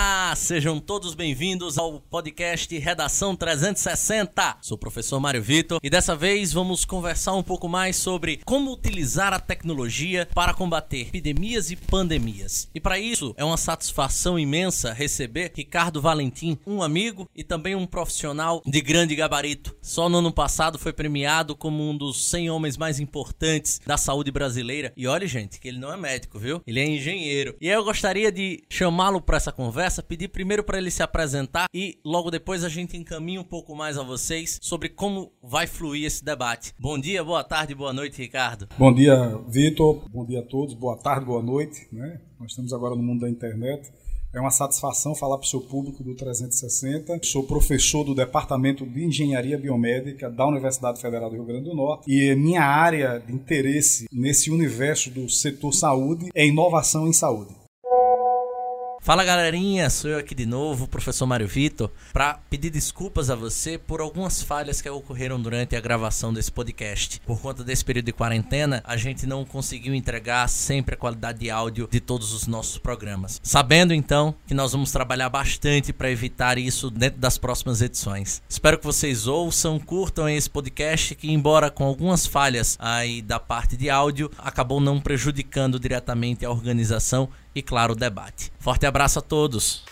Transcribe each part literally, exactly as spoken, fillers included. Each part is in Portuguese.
Olá, sejam todos bem-vindos ao podcast Redação trezentos e sessenta. Sou o professor Mário Vitor e dessa vez vamos conversar um pouco mais sobre como utilizar a tecnologia para combater epidemias e pandemias. E para isso é uma satisfação imensa receber Ricardo Valentim, um amigo e também um profissional de grande gabarito. Só no ano passado foi premiado como um dos cem homens mais importantes da saúde brasileira. E olha, gente, que ele não é médico, viu? Ele é engenheiro. E eu gostaria de chamá-lo para essa conversa, pedir primeiro para ele se apresentar e logo depois a gente encaminha um pouco mais a vocês sobre como vai fluir esse debate. Bom dia, boa tarde, boa noite, Ricardo. Bom dia, Vitor. Bom dia a todos. Boa tarde, boa noite. Né? Nós estamos agora no mundo da internet. É uma satisfação falar para o seu público do trezentos e sessenta. Sou professor do Departamento de Engenharia Biomédica da Universidade Federal do Rio Grande do Norte e minha área de interesse nesse universo do setor saúde é inovação em saúde. Fala, galerinha, sou eu aqui de novo, o professor Mário Vitor, para pedir desculpas a você por algumas falhas que ocorreram durante a gravação desse podcast. Por conta desse período de quarentena, a gente não conseguiu entregar sempre a qualidade de áudio de todos os nossos programas. Sabendo então que nós vamos trabalhar bastante para evitar isso dentro das próximas edições. Espero que vocês ouçam, curtam esse podcast que, embora com algumas falhas aí da parte de áudio, acabou não prejudicando diretamente a organização e, claro, o debate. Forte abraço a todos.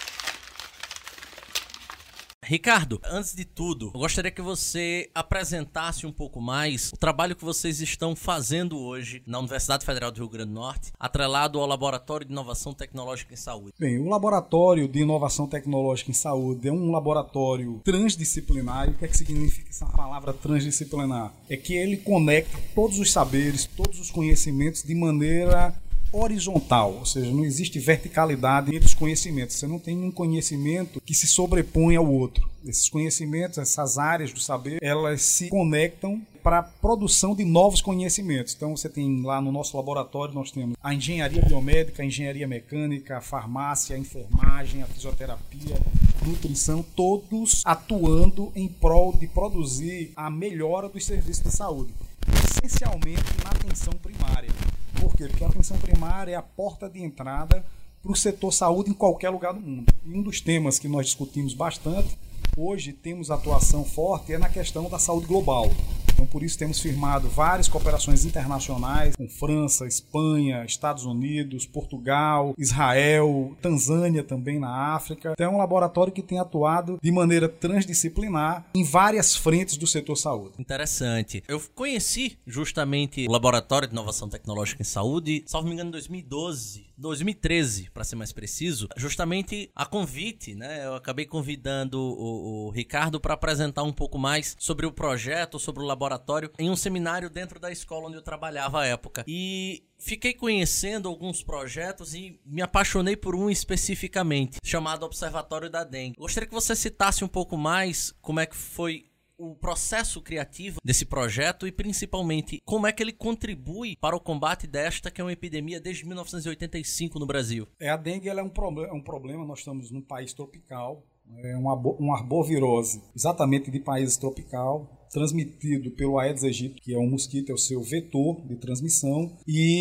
Ricardo, antes de tudo, eu gostaria que você apresentasse um pouco mais o trabalho que vocês estão fazendo hoje na Universidade Federal do Rio Grande do Norte, atrelado ao Laboratório de Inovação Tecnológica em Saúde. Bem, o Laboratório de Inovação Tecnológica em Saúde é um laboratório transdisciplinar. E o que é que significa essa palavra transdisciplinar? É que ele conecta todos os saberes, todos os conhecimentos de maneira horizontal, ou seja, não existe verticalidade entre os conhecimentos. Você não tem um conhecimento que se sobrepõe ao outro. Esses conhecimentos, essas áreas do saber, elas se conectam para a produção de novos conhecimentos. Então você tem lá no nosso laboratório, nós temos a engenharia biomédica, a engenharia mecânica, a farmácia, a enfermagem, a fisioterapia, nutrição, todos atuando em prol de produzir a melhora dos serviços de saúde, essencialmente na atenção primária. Por quê? Porque a atenção primária é a porta de entrada para o setor saúde em qualquer lugar do mundo. E um dos temas que nós discutimos bastante, hoje temos atuação forte, é na questão da saúde global. Então, por isso, temos firmado várias cooperações internacionais com França, Espanha, Estados Unidos, Portugal, Israel, Tanzânia também na África. Então, é um laboratório que tem atuado de maneira transdisciplinar em várias frentes do setor saúde. Interessante. Eu conheci justamente o Laboratório de Inovação Tecnológica em Saúde, salvo me engano, em dois mil e doze, dois mil e treze, para ser mais preciso, justamente a convite, né? Eu acabei convidando o, o Ricardo para apresentar um pouco mais sobre o projeto, sobre o laboratório, em um seminário dentro da escola onde eu trabalhava à época. E fiquei conhecendo alguns projetos e me apaixonei por um especificamente, chamado Observatório da Dengue. Gostaria que você citasse um pouco mais como é que foi o processo criativo desse projeto e, principalmente, como é que ele contribui para o combate desta, que é uma epidemia desde mil novecentos e oitenta e cinco no Brasil. É, a dengue ela é, um problema, é um problema, nós estamos num país tropical, é uma, uma arbovirose exatamente de país tropical, transmitido pelo Aedes aegypti, que é um mosquito, é o seu vetor de transmissão.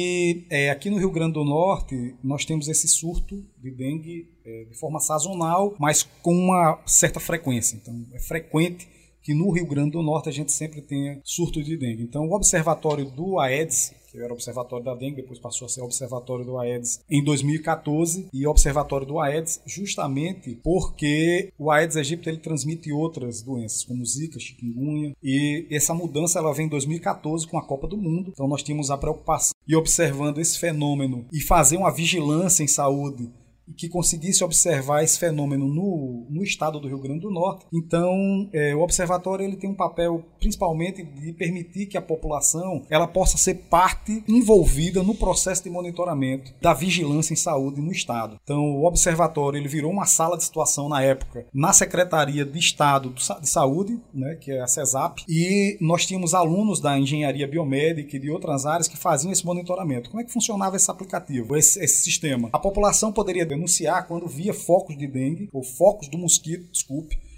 E é, aqui no Rio Grande do Norte, nós temos esse surto de dengue é, de forma sazonal, mas com uma certa frequência. Então, é frequente que no Rio Grande do Norte a gente sempre tenha surto de dengue. Então, o observatório do Aedes, que era o observatório da dengue, depois passou a ser o observatório do Aedes em dois mil e catorze, e o observatório do Aedes justamente porque o Aedes aegypti ele transmite outras doenças, como Zika, chikungunya, e essa mudança ela vem em dois mil e catorze com a Copa do Mundo. Então nós tínhamos a preocupação de observando esse fenômeno e fazer uma vigilância em saúde que conseguisse observar esse fenômeno no, no estado do Rio Grande do Norte. Então, é, o observatório ele tem um papel principalmente de permitir que a população ela possa ser parte envolvida no processo de monitoramento da vigilância em saúde no estado. Então, o observatório ele virou uma sala de situação na época na Secretaria de Estado de Saúde, né, que é a CESAP, e nós tínhamos alunos da engenharia biomédica e de outras áreas que faziam esse monitoramento. Como é que funcionava esse aplicativo, esse, esse sistema? A população poderia denunciar quando via focos de dengue, ou focos do mosquito, desculpe,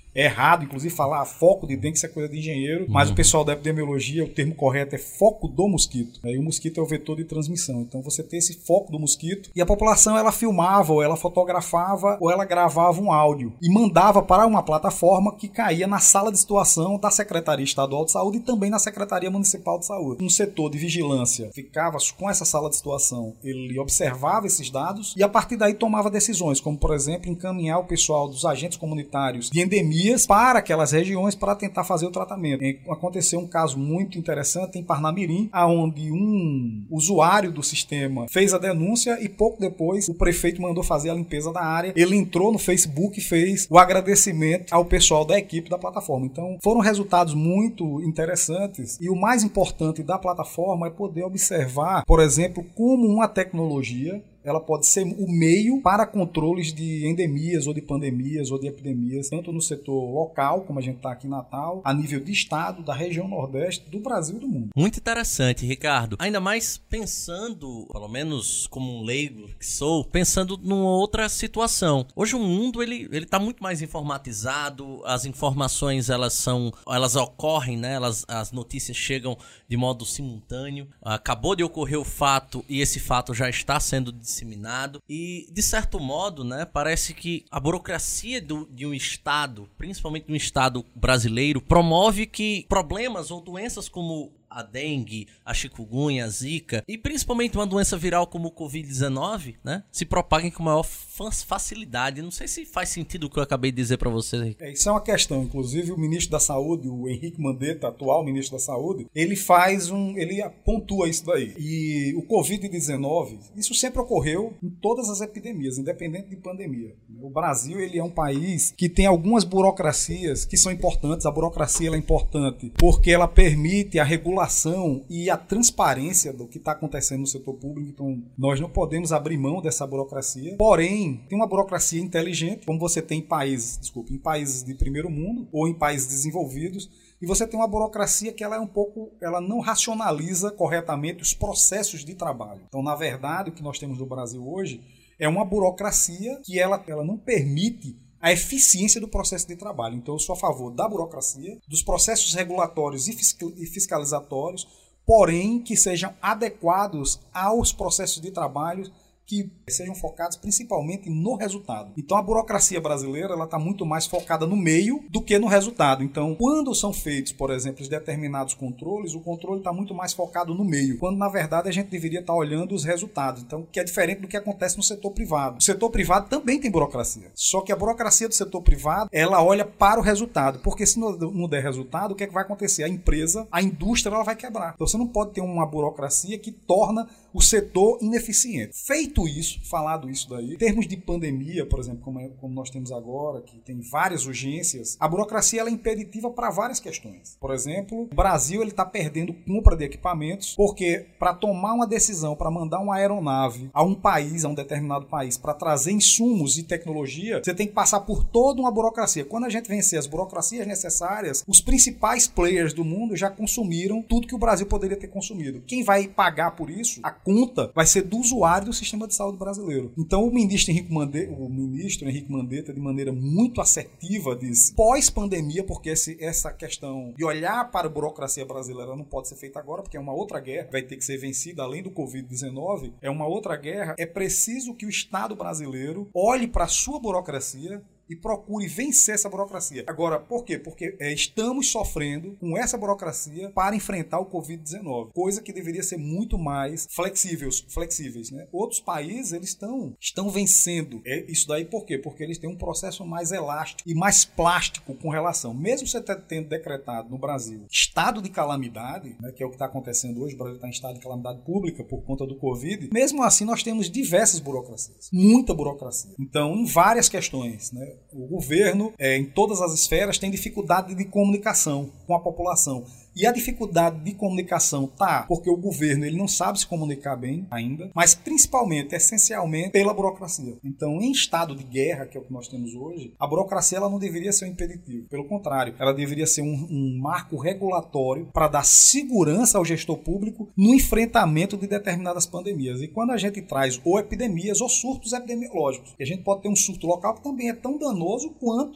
É errado, inclusive, falar foco de dengue, isso é coisa de engenheiro, mas uhum. o pessoal da epidemiologia, o termo correto é foco do mosquito. Né? E o mosquito é o vetor de transmissão. Então você tem esse foco do mosquito e a população ela filmava, ou ela fotografava, ou ela gravava um áudio e mandava para uma plataforma que caía na sala de situação da Secretaria Estadual de Saúde e também na Secretaria Municipal de Saúde. Um setor de vigilância ficava com essa sala de situação, ele observava esses dados e a partir daí tomava decisões, como por exemplo, encaminhar o pessoal dos agentes comunitários de endemia para aquelas regiões para tentar fazer o tratamento. Aconteceu um caso muito interessante em Parnamirim, onde um usuário do sistema fez a denúncia e pouco depois o prefeito mandou fazer a limpeza da área. Ele entrou no Facebook e fez o agradecimento ao pessoal da equipe da plataforma. Então foram resultados muito interessantes e o mais importante da plataforma é poder observar, por exemplo, como uma tecnologia ela pode ser o meio para controles de endemias ou de pandemias ou de epidemias, tanto no setor local, como a gente está aqui em Natal, a nível de estado, da região nordeste, do Brasil e do mundo. Muito interessante, Ricardo. Ainda mais pensando, pelo menos como um leigo que sou, pensando numa outra situação. Hoje o mundo ele ele está muito mais informatizado, as informações elas são, elas ocorrem, né? Elas, as notícias chegam de modo simultâneo. Acabou de ocorrer o fato e esse fato já está sendo disseminado e, de certo modo, né, parece que a burocracia do, de um Estado, principalmente de um Estado brasileiro, promove que problemas ou doenças como a dengue, a chikungunya, a zika e principalmente uma doença viral como o covid dezenove, né, se propaguem com maior facilidade. Não sei se faz sentido o que eu acabei de dizer para você. É, isso é uma questão. Inclusive o ministro da Saúde, o Henrique Mandetta, atual ministro da Saúde, ele faz um, ele pontua isso daí. E o covid dezenove, isso sempre ocorreu em todas as epidemias, independente de pandemia. O Brasil, ele é um país que tem algumas burocracias que são importantes. A burocracia ela é importante porque ela permite a regulação e a transparência do que está acontecendo no setor público. Então, nós não podemos abrir mão dessa burocracia. Porém, tem uma burocracia inteligente, como você tem em países, desculpa, em países de primeiro mundo ou em países desenvolvidos, e você tem uma burocracia que ela é um pouco, ela não racionaliza corretamente os processos de trabalho. Então, na verdade, o que nós temos no Brasil hoje é uma burocracia que ela, ela não permite a eficiência do processo de trabalho. Então, eu sou a favor da burocracia, dos processos regulatórios e fiscalizatórios, porém que sejam adequados aos processos de trabalho que sejam focados principalmente no resultado. Então a burocracia brasileira ela está muito mais focada no meio do que no resultado. Então quando são feitos, por exemplo, determinados controles, o controle está muito mais focado no meio, quando na verdade a gente deveria estar tá olhando os resultados. Então que é diferente do que acontece no setor privado. O setor privado também tem burocracia, só que a burocracia do setor privado ela olha para o resultado, porque se não, não der resultado, o que é que vai acontecer? A empresa, a indústria ela vai quebrar. Então você não pode ter uma burocracia que torna o setor ineficiente. Feito isso, falado isso daí, em termos de pandemia, por exemplo, como, é, como nós temos agora, que tem várias urgências, a burocracia ela é impeditiva para várias questões. Por exemplo, o Brasil está perdendo compra de equipamentos, porque para tomar uma decisão, para mandar uma aeronave a um país, a um determinado país, para trazer insumos e tecnologia, você tem que passar por toda uma burocracia. Quando a gente vencer as burocracias necessárias, os principais players do mundo já consumiram tudo que o Brasil poderia ter consumido. Quem vai pagar por isso, a conta, vai ser do usuário do sistema de saúde brasileiro. Então o ministro Henrique Mandetta, o ministro Henrique Mandetta, de maneira muito assertiva, diz, pós-pandemia, porque esse, essa questão de olhar para a burocracia brasileira não pode ser feita agora, porque é uma outra guerra, vai ter que ser vencida, além do covid dezenove, é uma outra guerra, é preciso que o Estado brasileiro olhe para a sua burocracia e procure vencer essa burocracia. Agora, por quê? Porque é, estamos sofrendo com essa burocracia para enfrentar o covid dezenove, coisa que deveria ser muito mais flexíveis, flexíveis, né? Outros países, eles estão, estão vencendo é, isso daí por quê? Porque eles têm um processo mais elástico e mais plástico com relação, mesmo você tendo decretado no Brasil estado de calamidade, né, que é o que está acontecendo hoje, o Brasil está em estado de calamidade pública por conta do Covid, mesmo assim nós temos diversas burocracias, muita burocracia. Então, em várias questões, né? O governo, é, em todas as esferas, tem dificuldade de comunicação com a população. E a dificuldade de comunicação tá porque o governo ele não sabe se comunicar bem ainda, mas principalmente, essencialmente, pela burocracia. Então, em estado de guerra, que é o que nós temos hoje, a burocracia ela não deveria ser um impeditivo. Pelo contrário, ela deveria ser um, um marco regulatório para dar segurança ao gestor público no enfrentamento de determinadas pandemias. E quando a gente traz ou epidemias ou surtos epidemiológicos, que a gente pode ter um surto local que também é tão danoso quanto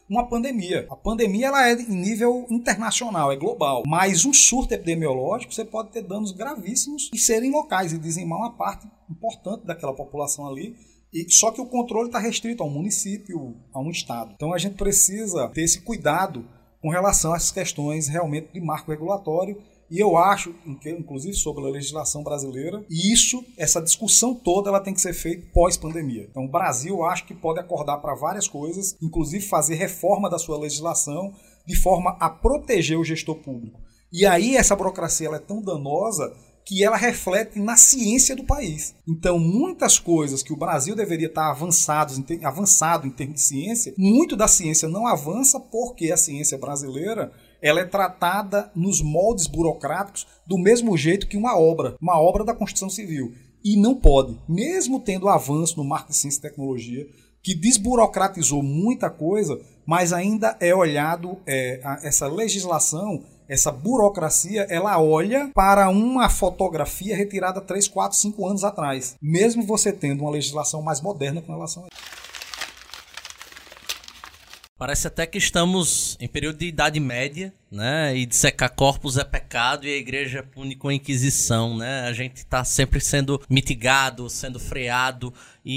uma pandemia. A pandemia ela é em nível internacional, é global. Mas um surto epidemiológico, você pode ter danos gravíssimos e serem locais e dizimar uma parte importante daquela população ali. E, só que o controle está restrito a um município, a um estado. Então a gente precisa ter esse cuidado com relação a essas questões realmente de marco regulatório. E eu acho, inclusive sobre a legislação brasileira, e isso, essa discussão toda, ela tem que ser feita pós-pandemia. Então o Brasil, eu acho que pode acordar para várias coisas, inclusive fazer reforma da sua legislação de forma a proteger o gestor público. E aí essa burocracia ela é tão danosa que ela reflete na ciência do país. Então, muitas coisas que o Brasil deveria estar avançado, avançado em termos de ciência, muito da ciência não avança porque a ciência brasileira ela é tratada nos moldes burocráticos do mesmo jeito que uma obra, uma obra da Constituição Civil. E não pode, mesmo tendo avanço no marco de ciência e tecnologia, que desburocratizou muita coisa, mas ainda é olhado é, a, essa legislação, essa burocracia, ela olha para uma fotografia retirada três, quatro, cinco anos atrás, mesmo você tendo uma legislação mais moderna com relação a isso. Parece até que estamos em período de Idade Média, né? E dissecar corpos é pecado e a igreja pune com a Inquisição, né? A gente está sempre sendo mitigado, sendo freado.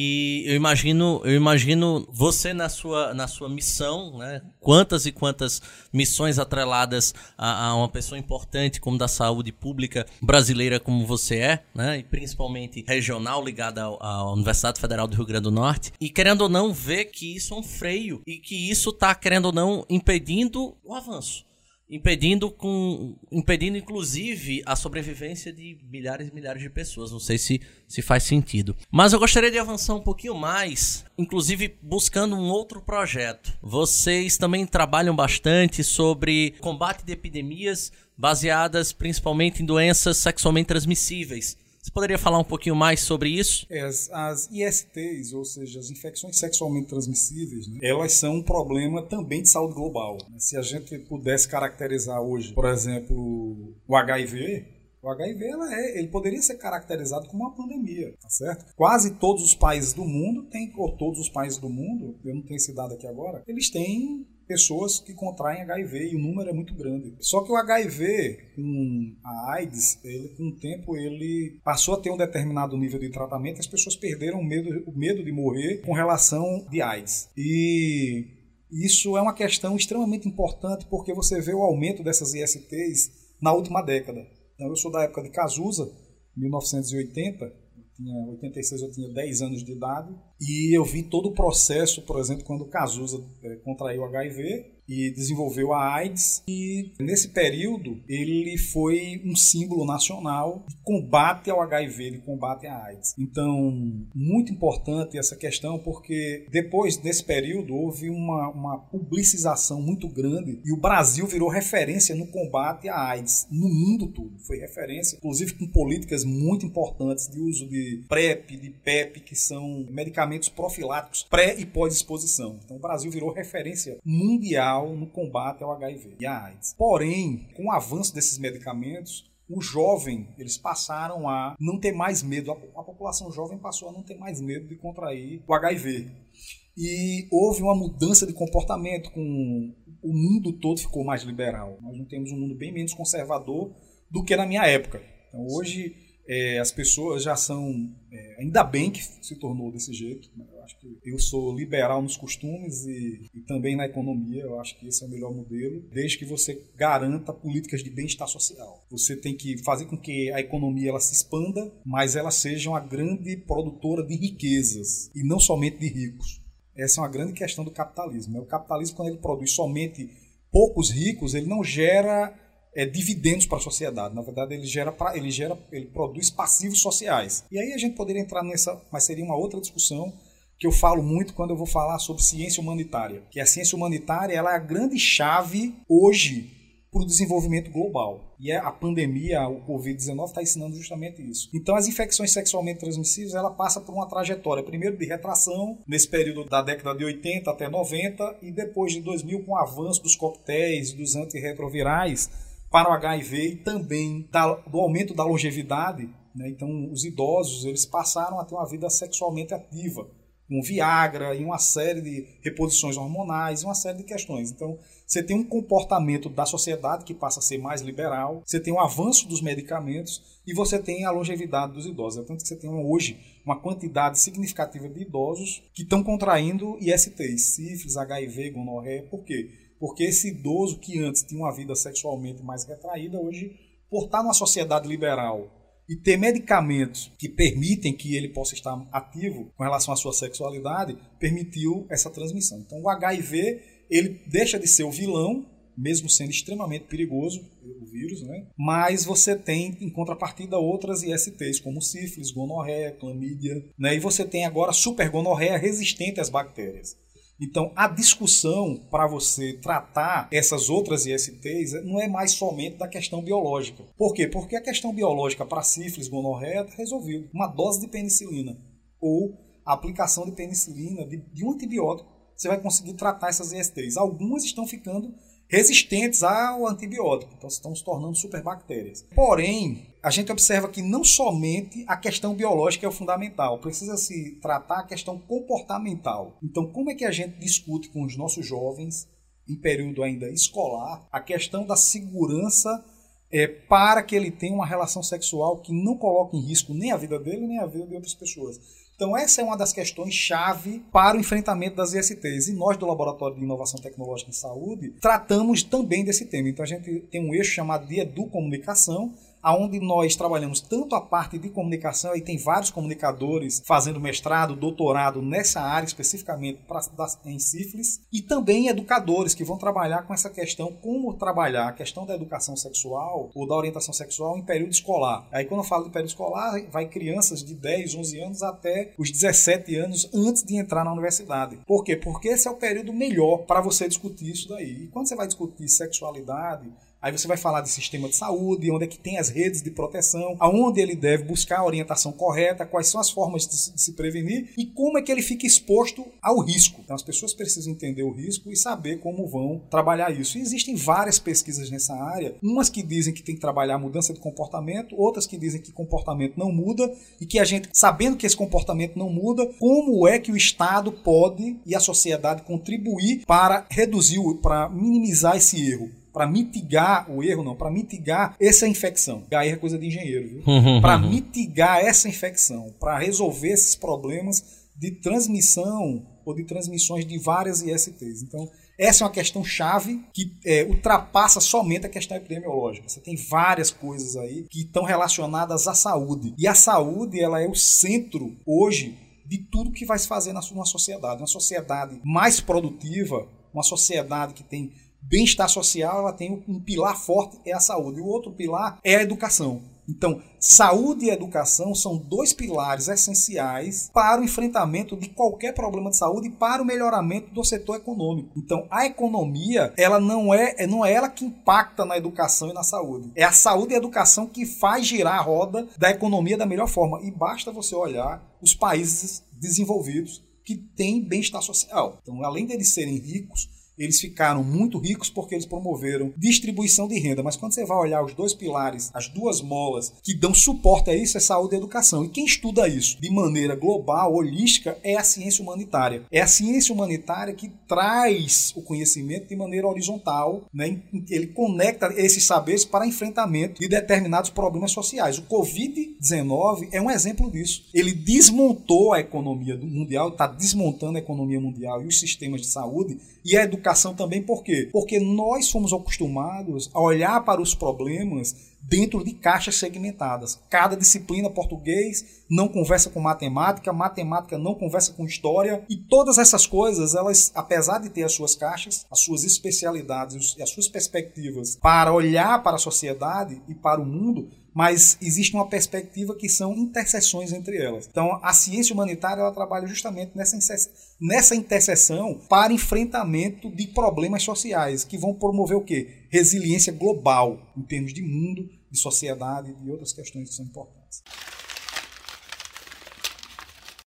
E eu imagino, eu imagino você na sua, na sua missão, né? Quantas e quantas missões atreladas a, a uma pessoa importante como da saúde pública brasileira como você é, né? E principalmente regional, ligada ao, à Universidade Federal do Rio Grande do Norte. E querendo ou não ver que isso é um freio e que isso está, querendo ou não, impedindo o avanço. Impedindo, com, impedindo, inclusive, a sobrevivência de milhares e milhares de pessoas. Não sei se, se faz sentido. Mas eu gostaria de avançar um pouquinho mais, inclusive buscando um outro projeto. Vocês também trabalham bastante sobre combate de epidemias baseadas principalmente em doenças sexualmente transmissíveis. Você poderia falar um pouquinho mais sobre isso? As, as I S Ts, ou seja, as infecções sexualmente transmissíveis, né, elas são um problema também de saúde global. Se a gente pudesse caracterizar hoje, por exemplo, o H I V, o H I V ela é, ele poderia ser caracterizado como uma pandemia, tá certo? Quase todos os países do mundo têm, ou todos os países do mundo, eu não tenho esse dado aqui agora, eles têm pessoas que contraem H I V e o número é muito grande. Só que o H I V com a AIDS, ele, com o tempo, ele passou a ter um determinado nível de tratamento e as pessoas perderam o medo, o medo de morrer com relação de AIDS. E isso é uma questão extremamente importante porque você vê o aumento dessas I S Ts na última década. Então, eu sou da época de Cazuza, mil novecentos e oitenta, em oitenta e seis eu tinha dez anos de idade, e eu vi todo o processo, por exemplo, quando o Cazuza é, contraiu H I V e desenvolveu a AIDS, e nesse período ele foi um símbolo nacional de combate ao H I V, de combate à AIDS. Então, muito importante essa questão, porque depois desse período houve uma, uma publicização muito grande e o Brasil virou referência no combate à AIDS, no mundo todo. Foi referência, inclusive com políticas muito importantes de uso de PrEP, de PEP, que são medicamentos profiláticos pré e pós-exposição. Então, o Brasil virou referência mundial no combate ao H I V e à AIDS. Porém, com o avanço desses medicamentos, o jovem, eles passaram a não ter mais medo, a população jovem passou a não ter mais medo de contrair o H I V. E houve uma mudança de comportamento, com o mundo todo ficou mais liberal. Nós não temos um mundo bem menos conservador do que na minha época. Então, hoje, é, as pessoas já são... É, ainda bem que se tornou desse jeito, né? Eu acho que eu sou liberal nos costumes e, e também na economia. Eu acho que esse é o melhor modelo, desde que você garanta políticas de bem-estar social. Você tem que fazer com que a economia ela se expanda, mas ela seja uma grande produtora de riquezas e não somente de ricos. Essa é uma grande questão do capitalismo, né? O capitalismo, quando ele produz somente poucos ricos, ele não gera é, dividendos para a sociedade. Na verdade, ele gera, pra, ele gera, ele produz passivos sociais. E aí a gente poderia entrar nessa, mas seria uma outra discussão que eu falo muito quando eu vou falar sobre ciência humanitária. Que a ciência humanitária ela é a grande chave hoje para o desenvolvimento global. E a pandemia, o covid dezenove, está ensinando justamente isso. Então, as infecções sexualmente transmissíveis, ela passa por uma trajetória, primeiro de retração, nesse período da década de oitenta até noventa, e depois de dois mil, com o avanço dos coquetéis, dos antirretrovirais, para o H I V e também da, do aumento da longevidade, né? Então, os idosos eles passaram a ter uma vida sexualmente ativa. com Viagra e uma série de reposições hormonais, uma série de questões. Então, você tem um comportamento da sociedade que passa a ser mais liberal, você tem um avanço dos medicamentos e você tem a longevidade dos idosos. É tanto que você tem hoje uma quantidade significativa de idosos que estão contraindo I S Ts, sífilis, H I V, gonorreia. Por quê? Porque esse idoso que antes tinha uma vida sexualmente mais retraída, hoje, por estar numa sociedade liberal e ter medicamentos que permitem que ele possa estar ativo com relação à sua sexualidade, permitiu essa transmissão. Então, o H I V, ele deixa de ser o vilão, mesmo sendo extremamente perigoso, o vírus, né? Mas você tem, em contrapartida, outras I S Ts, como sífilis, gonorreia, clamídia, né? E você tem agora supergonorreia resistente às bactérias. Então, a discussão para você tratar essas outras I S Ts não é mais somente da questão biológica. Por quê? Porque a questão biológica para sífilis, gonorreia, está resolvida. Uma dose de penicilina ou a aplicação de penicilina, de, de um antibiótico, você vai conseguir tratar essas I S Ts. Algumas estão ficando resistentes ao antibiótico, então estão se tornando superbactérias. Porém, a gente observa que não somente a questão biológica é o fundamental, precisa se tratar a questão comportamental. Então, como é que a gente discute com os nossos jovens, em período ainda escolar, a questão da segurança é, para que ele tenha uma relação sexual que não coloque em risco nem a vida dele, nem a vida de outras pessoas. Então, essa é uma das questões-chave para o enfrentamento das I S Ts. E nós, do Laboratório de Inovação Tecnológica em Saúde, tratamos também desse tema. Então, a gente tem um eixo chamado de Educomunicação, onde nós trabalhamos tanto a parte de comunicação, e tem vários comunicadores fazendo mestrado, doutorado nessa área especificamente pra, em sífilis, e também educadores que vão trabalhar com essa questão, como trabalhar a questão da educação sexual ou da orientação sexual em período escolar. Aí quando eu falo de período escolar, vai crianças de dez, onze anos até os dezessete anos antes de entrar na universidade. Por quê? Porque esse é o período melhor para você discutir isso daí. E quando você vai discutir sexualidade, aí você vai falar de sistema de saúde, onde é que tem as redes de proteção, aonde ele deve buscar a orientação correta, quais são as formas de se, de se prevenir e como é que ele fica exposto ao risco. Então as pessoas precisam entender o risco e saber como vão trabalhar isso. E existem várias pesquisas nessa área, umas que dizem que tem que trabalhar a mudança de comportamento, outras que dizem que comportamento não muda e que a gente, sabendo que esse comportamento não muda, como é que o Estado pode e a sociedade contribuir para reduzir, para minimizar esse erro. Para mitigar o erro, não, para mitigar essa infecção. Aí é coisa de engenheiro, viu? Para mitigar essa infecção, para resolver esses problemas de transmissão ou de transmissões de várias I S Ts. Então, essa é uma questão chave que é, ultrapassa somente a questão epidemiológica. Você tem várias coisas aí que estão relacionadas à saúde. E a saúde, ela é o centro, hoje, de tudo que vai se fazer na sua sociedade. Uma sociedade mais produtiva, uma sociedade que tem bem-estar social, ela tem um pilar forte, é a saúde. E o outro pilar é a educação. Então, saúde e educação são dois pilares essenciais para o enfrentamento de qualquer problema de saúde e para o melhoramento do setor econômico. Então, a economia, ela não é, não é ela que impacta na educação e na saúde. É a saúde e a educação que faz girar a roda da economia da melhor forma. E basta você olhar os países desenvolvidos que têm bem-estar social. Então, além deles serem ricos, eles ficaram muito ricos porque eles promoveram distribuição de renda. Mas quando você vai olhar os dois pilares, as duas molas que dão suporte a isso, é saúde e educação. E quem estuda isso de maneira global, holística, é a ciência humanitária. É a ciência humanitária que traz o conhecimento de maneira horizontal, né? Ele conecta esses saberes para enfrentamento de determinados problemas sociais. O covid dezenove é um exemplo disso. Ele desmontou a economia mundial, está desmontando a economia mundial e os sistemas de saúde e a educação também. Por quê? Porque nós fomos acostumados a olhar para os problemas dentro de caixas segmentadas. Cada disciplina, português não conversa com matemática, matemática não conversa com história, e todas essas coisas, elas, apesar de ter as suas caixas, as suas especialidades e as suas perspectivas para olhar para a sociedade e para o mundo, mas existe uma perspectiva que são interseções entre elas. Então, a ciência humanitária, ela trabalha justamente nessa, nessa interseção para enfrentamento de problemas sociais, que vão promover o quê? Resiliência global, em termos de mundo, de sociedade e de outras questões que são importantes.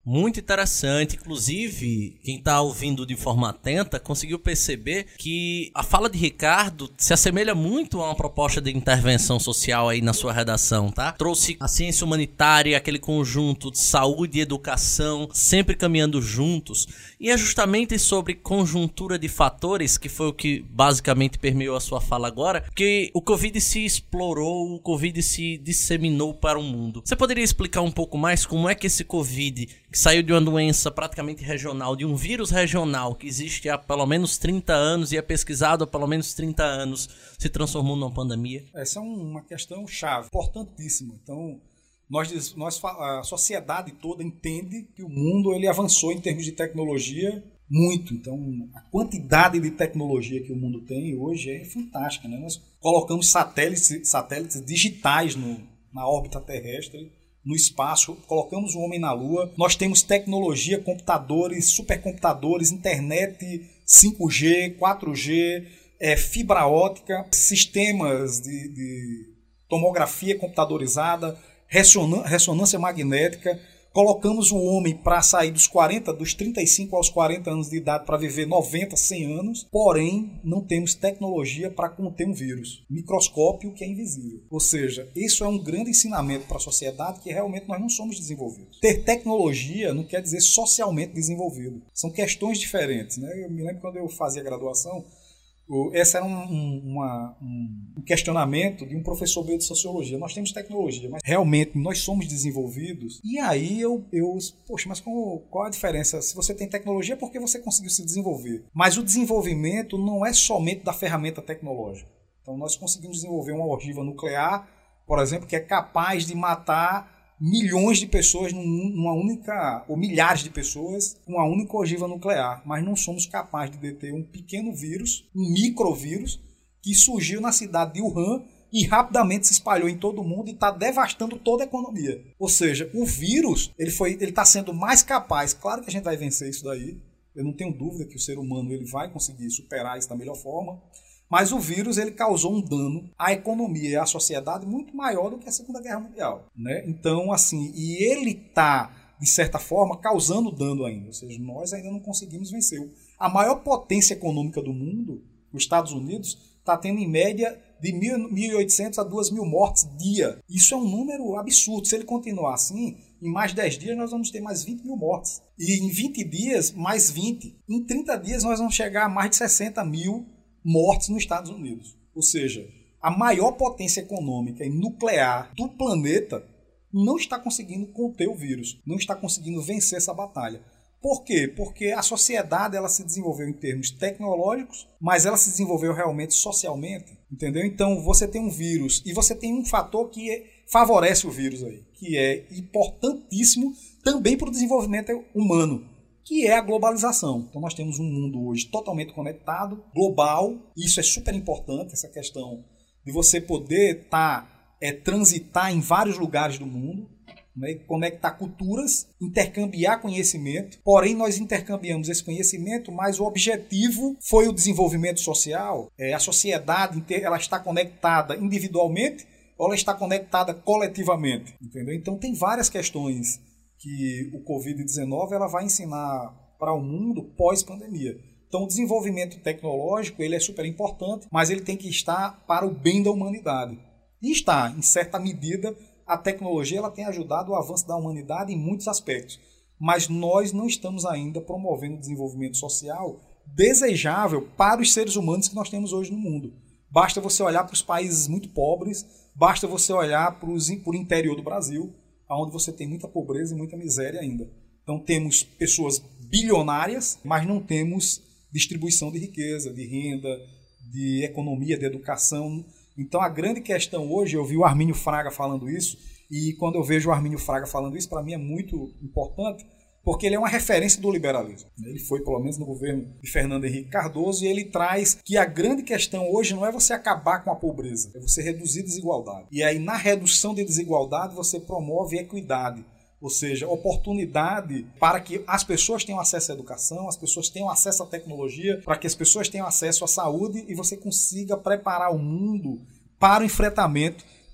Muito interessante, inclusive quem está ouvindo de forma atenta conseguiu perceber que a fala de Ricardo se assemelha muito a uma proposta de intervenção social aí na sua redação, tá? Trouxe a ciência humanitária, aquele conjunto de saúde e educação, sempre caminhando juntos, e é justamente sobre conjuntura de fatores, que foi o que basicamente permeou a sua fala agora, que o Covid se explorou, o Covid se disseminou para o mundo. Você poderia explicar um pouco mais como é que esse Covid, que saiu de uma doença praticamente regional, de um vírus regional que existe há pelo menos trinta anos e é pesquisado há pelo menos trinta anos, se transformou numa pandemia? Essa é uma questão chave, importantíssima. Então, nós, nós, a sociedade toda entende que o mundo ele avançou em termos de tecnologia muito. Então, a quantidade de tecnologia que o mundo tem hoje é fantástica, né? Nós colocamos satélites, satélites digitais no, na órbita terrestre, no espaço, colocamos o homem na Lua, nós temos tecnologia, computadores, supercomputadores, internet cinco G, quatro G, é, fibra ótica, sistemas de, de tomografia computadorizada, ressonância magnética. Colocamos o homem para sair dos quarenta, dos trinta e cinco aos quarenta anos de idade para viver noventa, cem anos, porém não temos tecnologia para conter um vírus. Microscópio que é invisível. Ou seja, isso é um grande ensinamento para a sociedade que realmente nós não somos desenvolvidos. Ter tecnologia não quer dizer socialmente desenvolvido. São questões diferentes, né? Eu me lembro quando eu fazia graduação, esse era um, um, uma, um questionamento de um professor meu de sociologia. Nós temos tecnologia, mas realmente nós somos desenvolvidos? E aí eu, eu poxa, mas qual, qual a diferença? Se você tem tecnologia, é porque você conseguiu se desenvolver. Mas o desenvolvimento não é somente da ferramenta tecnológica. Então nós conseguimos desenvolver uma ogiva nuclear, por exemplo, que é capaz de matar milhões de pessoas numa única, ou milhares de pessoas com uma única ogiva nuclear, mas não somos capazes de deter um pequeno vírus, um microvírus, que surgiu na cidade de Wuhan e rapidamente se espalhou em todo o mundo e está devastando toda a economia. Ou seja, o vírus ele foi, ele está sendo mais capaz, claro que a gente vai vencer isso daí, eu não tenho dúvida que o ser humano ele vai conseguir superar isso da melhor forma, mas o vírus ele causou um dano à economia e à sociedade muito maior do que a Segunda Guerra Mundial, né? Então, assim, e ele está, de certa forma, causando dano ainda. Ou seja, nós ainda não conseguimos vencer. A maior potência econômica do mundo, os Estados Unidos, está tendo em média de mil e oitocentos a duas mil mortes dia. Isso é um número absurdo. Se ele continuar assim, em mais dez dias nós vamos ter mais vinte mil mortes. E em vinte dias, mais vinte. Em trinta dias nós vamos chegar a mais de sessenta mil mortes nos Estados Unidos. Ou seja, a maior potência econômica e nuclear do planeta não está conseguindo conter o vírus, não está conseguindo vencer essa batalha. Por quê? Porque a sociedade ela se desenvolveu em termos tecnológicos, mas ela se desenvolveu realmente socialmente, entendeu? Então você tem um vírus e você tem um fator que é, favorece o vírus aí, que é importantíssimo também para o desenvolvimento humano, que é a globalização. Então nós temos um mundo hoje totalmente conectado, global, e isso é super importante, essa questão de você poder tá, é, transitar em vários lugares do mundo, né, conectar culturas, intercambiar conhecimento, porém nós intercambiamos esse conhecimento, mas o objetivo foi o desenvolvimento social. É, a sociedade ela está conectada individualmente ou ela está conectada coletivamente, entendeu? Então tem várias questões que o covid dezenove ela vai ensinar para o mundo pós-pandemia. Então o desenvolvimento tecnológico ele é super importante, mas ele tem que estar para o bem da humanidade. E está, em certa medida, a tecnologia ela tem ajudado o avanço da humanidade em muitos aspectos, mas nós não estamos ainda promovendo o desenvolvimento social desejável para os seres humanos que nós temos hoje no mundo. Basta você olhar para os países muito pobres, basta você olhar para, os, para o interior do Brasil, onde você tem muita pobreza e muita miséria ainda. Então temos pessoas bilionárias, mas não temos distribuição de riqueza, de renda, de economia, de educação. Então a grande questão hoje, eu vi o Armínio Fraga falando isso, e quando eu vejo o Armínio Fraga falando isso, para mim é muito importante, porque ele é uma referência do liberalismo. Ele foi, pelo menos, no governo de Fernando Henrique Cardoso, e ele traz que a grande questão hoje não é você acabar com a pobreza, é você reduzir desigualdade. E aí, na redução de desigualdade, você promove equidade, ou seja, oportunidade para que as pessoas tenham acesso à educação, as pessoas tenham acesso à tecnologia, para que as pessoas tenham acesso à saúde e você consiga preparar o mundo para o enfrentamento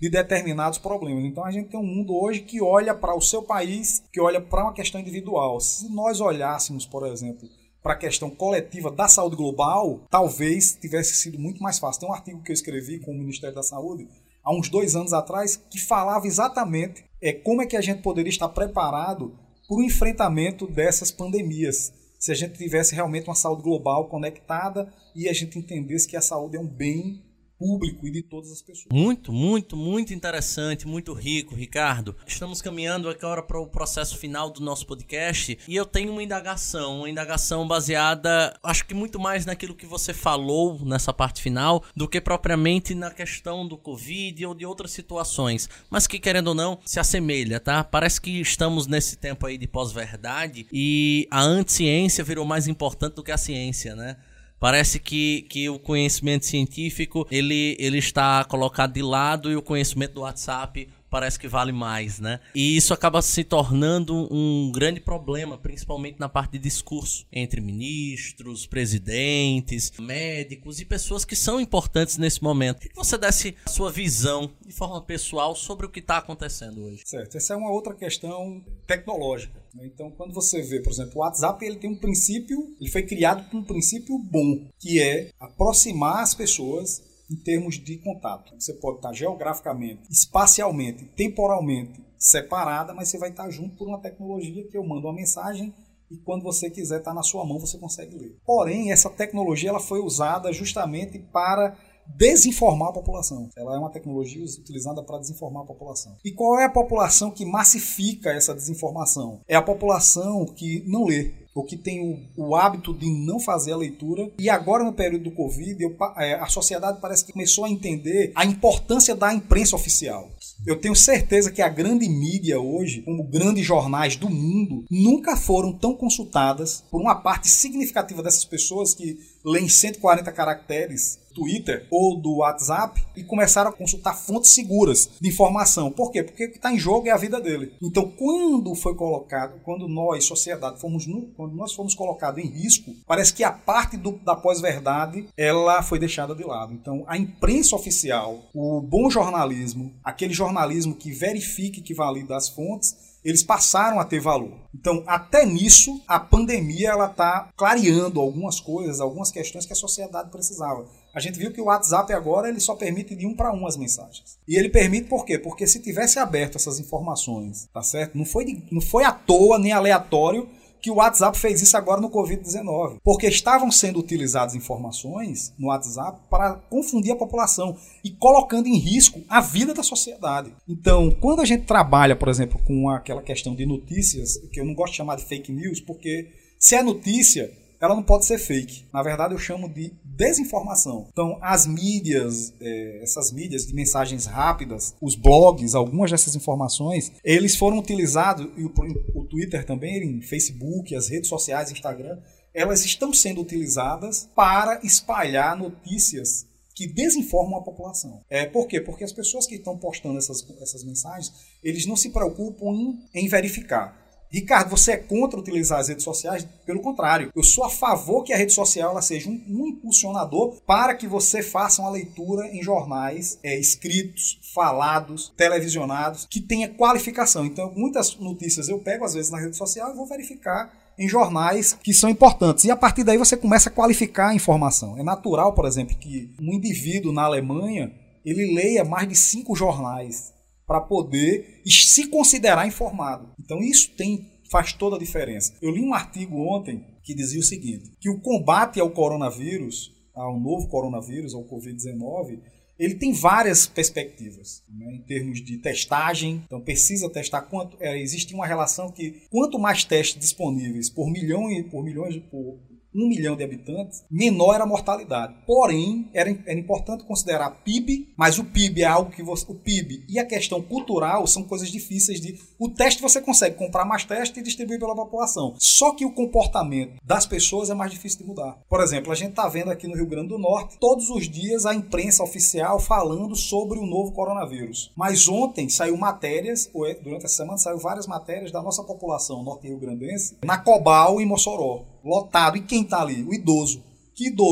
de determinados problemas. Então a gente tem um mundo hoje que olha para o seu país, que olha para uma questão individual. Se nós olhássemos, por exemplo, para a questão coletiva da saúde global, talvez tivesse sido muito mais fácil. Tem um artigo que eu escrevi com o Ministério da Saúde há uns dois anos atrás que falava exatamente é, como é que a gente poderia estar preparado para o enfrentamento dessas pandemias. Se a gente tivesse realmente uma saúde global conectada e a gente entendesse que a saúde é um bem público e de todas as pessoas. Muito, muito, muito interessante, muito rico, Ricardo. Estamos caminhando agora para o processo final do nosso podcast e eu tenho uma indagação, uma indagação baseada, acho que muito mais naquilo que você falou nessa parte final do que propriamente na questão do Covid ou de outras situações, mas que, querendo ou não, se assemelha, tá? Parece que estamos nesse tempo aí de pós-verdade e a anticiência virou mais importante do que a ciência, né? Parece que, que o conhecimento científico ele, ele está colocado de lado e o conhecimento do WhatsApp parece que vale mais, né? E isso acaba se tornando um grande problema, principalmente na parte de discurso entre ministros, presidentes, médicos e pessoas que são importantes nesse momento. Queria que você desse a sua visão de forma pessoal sobre o que está acontecendo hoje. Certo, essa é uma outra questão tecnológica. Então, quando você vê, por exemplo, o WhatsApp, ele tem um princípio, ele foi criado com um princípio bom, que é aproximar as pessoas em termos de contato. Você pode estar geograficamente, espacialmente, temporalmente separada, mas você vai estar junto por uma tecnologia que eu mando uma mensagem e quando você quiser estar na sua mão, você consegue ler. Porém, essa tecnologia ela foi usada justamente para desinformar a população. Ela é uma tecnologia utilizada para desinformar a população. E qual é a população que massifica essa desinformação? É a população que não lê, ou que tem o, o hábito de não fazer a leitura. E agora, no período do Covid, eu, a sociedade parece que começou a entender a importância da imprensa oficial. Eu tenho certeza que a grande mídia hoje, como grandes jornais do mundo, nunca foram tão consultadas por uma parte significativa dessas pessoas que leem cento e quarenta caracteres do Twitter ou do WhatsApp e começaram a consultar fontes seguras de informação. Por quê? Porque o que está em jogo é a vida dele. Então, quando foi colocado, quando nós, sociedade, fomos no, quando nós fomos colocados em risco, parece que a parte do, da pós-verdade ela foi deixada de lado. Então, a imprensa oficial, o bom jornalismo, aquele jornalismo que verifique, que valida as fontes, eles passaram a ter valor. Então, até nisso, a pandemia ela está clareando algumas coisas, algumas questões que a sociedade precisava. A gente viu que o WhatsApp agora ele só permite de um para um as mensagens. E ele permite por quê? Porque se tivesse aberto essas informações, tá certo? Não foi, de, não foi à toa nem aleatório que o WhatsApp fez isso agora no covid dezenove. Porque estavam sendo utilizadas informações no WhatsApp para confundir a população e colocando em risco a vida da sociedade. Então, quando a gente trabalha, por exemplo, com aquela questão de notícias, que eu não gosto de chamar de fake news, porque se é notícia, ela não pode ser fake. Na verdade, eu chamo de desinformação. Então, as mídias, é, essas mídias de mensagens rápidas, os blogs, algumas dessas informações, eles foram utilizados, e o, o Twitter também, em Facebook, as redes sociais, Instagram, elas estão sendo utilizadas para espalhar notícias que desinformam a população. É, por quê? Porque as pessoas que estão postando essas, essas mensagens, eles não se preocupam em, em verificar. Ricardo, você é contra utilizar as redes sociais? Pelo contrário, eu sou a favor que a rede social ela seja um, um impulsionador para que você faça uma leitura em jornais é, escritos, falados, televisionados, que tenha qualificação. Então, muitas notícias eu pego, às vezes, na rede social e vou verificar em jornais que são importantes. E a partir daí você começa a qualificar a informação. É natural, por exemplo, que um indivíduo na Alemanha ele leia mais de cinco jornais para poder se considerar informado. Então isso tem, faz toda a diferença. Eu li um artigo ontem que dizia o seguinte, que o combate ao coronavírus, ao novo coronavírus, ao covid dezenove, ele tem várias perspectivas, né, em termos de testagem. Então precisa testar quanto. É, existe uma relação que quanto mais testes disponíveis por milhões, por milhões de por um milhão de habitantes, menor era a mortalidade. Porém, era, era importante considerar P I B, mas o P I B é algo que você, o P I B e a questão cultural são coisas difíceis de... O teste você consegue comprar mais teste e distribuir pela população. Só que o comportamento das pessoas é mais difícil de mudar. Por exemplo, a gente está vendo aqui no Rio Grande do Norte, todos os dias a imprensa oficial falando sobre o novo coronavírus. Mas ontem saiu matérias, durante essa semana saiu várias matérias da nossa população norte-rio-grandense, na Cobal e Mossoró. Lotado. E quem está ali? O idoso. Que idoso?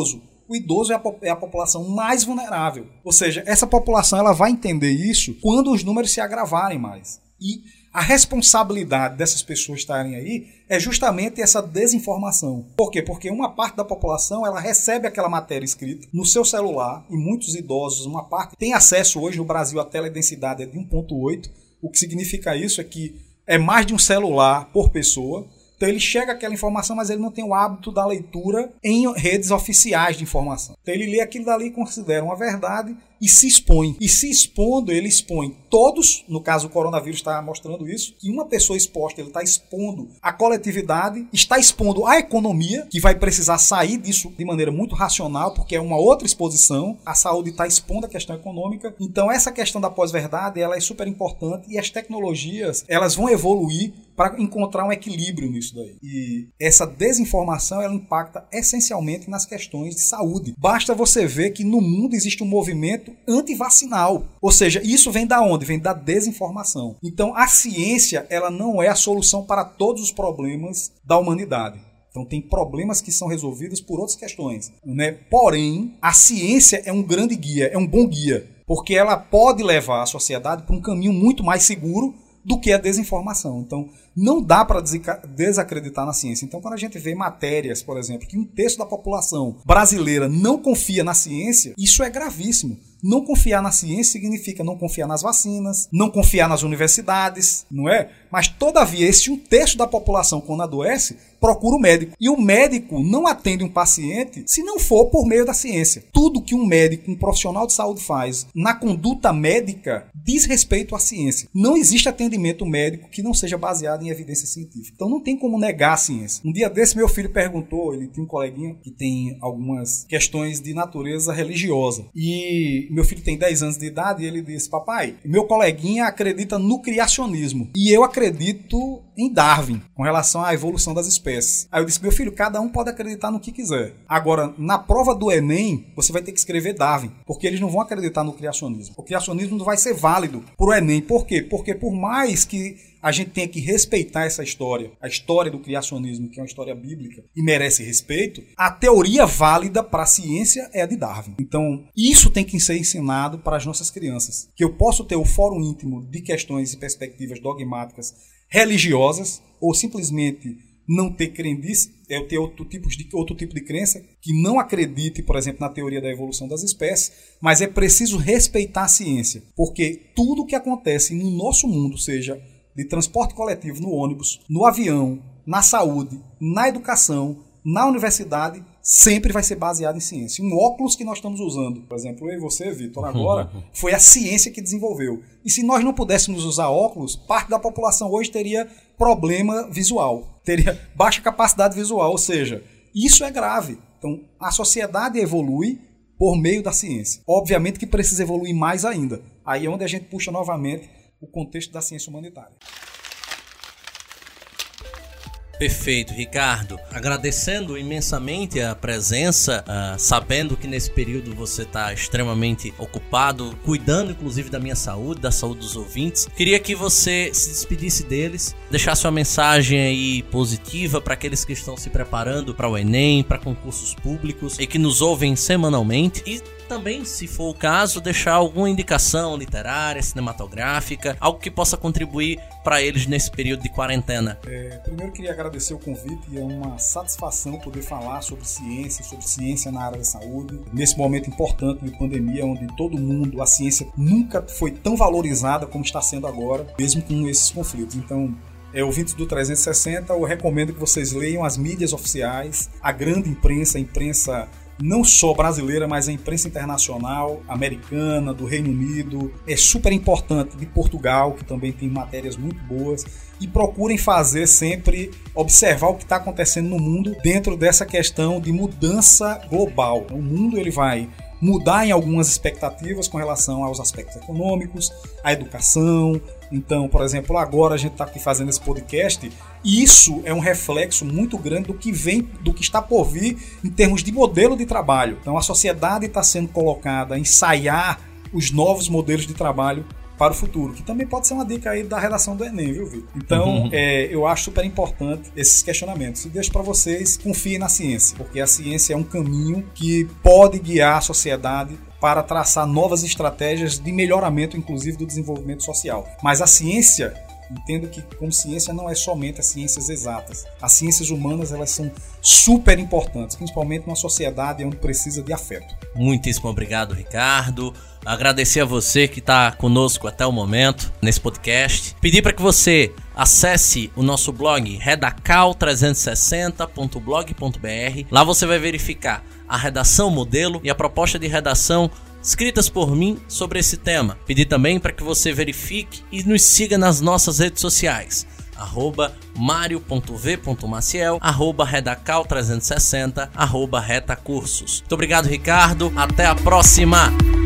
O idoso é a, é a população mais vulnerável. Ou seja, essa população ela vai entender isso quando os números se agravarem mais. E a responsabilidade dessas pessoas estarem aí é justamente essa desinformação. Por quê? Porque uma parte da população ela recebe aquela matéria escrita no seu celular, e muitos idosos, uma parte, tem acesso hoje no Brasil, a teledensidade é de um ponto oito. O que significa isso é que é mais de um celular por pessoa. Então ele chega àquela informação, mas ele não tem o hábito da leitura em redes oficiais de informação. Então ele lê aquilo dali e considera uma verdade e se expõe. E se expondo, ele expõe todos, no caso o coronavírus está mostrando isso, que uma pessoa exposta, ele está expondo a coletividade, está expondo a economia, que vai precisar sair disso de maneira muito racional, porque é uma outra exposição. A saúde está expondo a questão econômica. Então essa questão da pós-verdade, ela é super importante, e as tecnologias, elas vão evoluir para encontrar um equilíbrio nisso daí. E essa desinformação, ela impacta essencialmente nas questões de saúde. Basta você ver que no mundo existe um movimento antivacinal. Ou seja, isso vem da onde? Vem da desinformação. Então, a ciência, ela não é a solução para todos os problemas da humanidade. Então, tem problemas que são resolvidos por outras questões, né? Porém, a ciência é um grande guia, é um bom guia, porque ela pode levar a sociedade para um caminho muito mais seguro do que a desinformação. Então, não dá para desacreditar na ciência. Então, quando a gente vê matérias, por exemplo, que um terço da população brasileira não confia na ciência, isso é gravíssimo. Não confiar na ciência significa não confiar nas vacinas, não confiar nas universidades, não é? Mas, todavia, esse um terço da população, quando adoece, procura o médico. E o médico não atende um paciente se não for por meio da ciência. Tudo que um médico, um profissional de saúde faz na conduta médica diz respeito à ciência. Não existe atendimento médico que não seja baseado em evidência científica. Então, não tem como negar a ciência. Um dia desse, meu filho perguntou, ele tem um coleguinha que tem algumas questões de natureza religiosa. E meu filho tem dez anos de idade e ele disse: papai, meu coleguinha acredita no criacionismo e eu acredito em Darwin, com relação à evolução das espécies. Aí eu disse: meu filho, cada um pode acreditar no que quiser. Agora, na prova do Enem, você vai ter que escrever Darwin, porque eles não vão acreditar no criacionismo. O criacionismo não vai ser válido para o Enem. Por quê? Porque por mais que a gente tenha que respeitar essa história, a história do criacionismo, que é uma história bíblica e merece respeito, a teoria válida para a ciência é a de Darwin. Então, isso tem que ser ensinado para as nossas crianças. Que eu posso ter o fórum íntimo de questões e perspectivas dogmáticas religiosas, ou simplesmente não ter crendice, é eu ter outro tipo, de, outro tipo de crença, que não acredite, por exemplo, na teoria da evolução das espécies, mas é preciso respeitar a ciência, porque tudo que acontece no nosso mundo, seja de transporte coletivo no ônibus, no avião, na saúde, na educação, na universidade, sempre vai ser baseado em ciência. Um óculos que nós estamos usando, por exemplo, eu e você, Vitor, agora, foi a ciência que desenvolveu. E se nós não pudéssemos usar óculos, parte da população hoje teria problema visual, teria baixa capacidade visual, ou seja, isso é grave. Então, a sociedade evolui por meio da ciência. Obviamente que precisa evoluir mais ainda. Aí é onde a gente puxa novamente o contexto da ciência humanitária. Perfeito, Ricardo. Agradecendo imensamente a presença, uh, sabendo que nesse período você está extremamente ocupado, cuidando inclusive da minha saúde, da saúde dos ouvintes. Queria que você se despedisse deles, deixasse uma mensagem aí positiva para aqueles que estão se preparando para o Enem, para concursos públicos e que nos ouvem semanalmente. E também, se for o caso, deixar alguma indicação literária, cinematográfica, algo que possa contribuir para eles nesse período de quarentena. É, primeiro, queria agradecer o convite, e é uma satisfação poder falar sobre ciência, sobre ciência na área da saúde, nesse momento importante de pandemia, onde todo mundo, a ciência nunca foi tão valorizada como está sendo agora, mesmo com esses conflitos. Então, É, ouvintes do trezentos e sessenta, eu recomendo que vocês leiam as mídias oficiais, a grande imprensa, a imprensa não só brasileira, mas a imprensa internacional, americana, do Reino Unido, é super importante, de Portugal, que também tem matérias muito boas, e procurem fazer sempre, observar o que está acontecendo no mundo dentro dessa questão de mudança global. O mundo ele vai mudar em algumas expectativas com relação aos aspectos econômicos, à educação. Então, por exemplo, agora a gente está aqui fazendo esse podcast, e isso é um reflexo muito grande do que vem, do que está por vir em termos de modelo de trabalho. Então, a sociedade está sendo colocada a ensaiar os novos modelos de trabalho para o futuro, que também pode ser uma dica aí da redação do Enem, viu, Vitor? Então, uhum. é, eu acho super importante esses questionamentos. E deixo para vocês, confiem na ciência, porque a ciência é um caminho que pode guiar a sociedade para traçar novas estratégias de melhoramento, inclusive, do desenvolvimento social. Mas a ciência, entendo que como ciência não é somente as ciências exatas. As ciências humanas, elas são super importantes, principalmente numa sociedade onde precisa de afeto. Muitíssimo obrigado, Ricardo. Agradecer a você que está conosco até o momento nesse podcast. Pedir para que você acesse o nosso blog redacal trezentos e sessenta ponto blog ponto br. Lá você vai verificar a redação modelo e a proposta de redação escritas por mim sobre esse tema. Pedir também para que você verifique e nos siga nas nossas redes sociais. arroba mario ponto v ponto maciel, arroba redacal trezentos e sessenta, arroba retacursos. Muito obrigado, Ricardo. Até a próxima!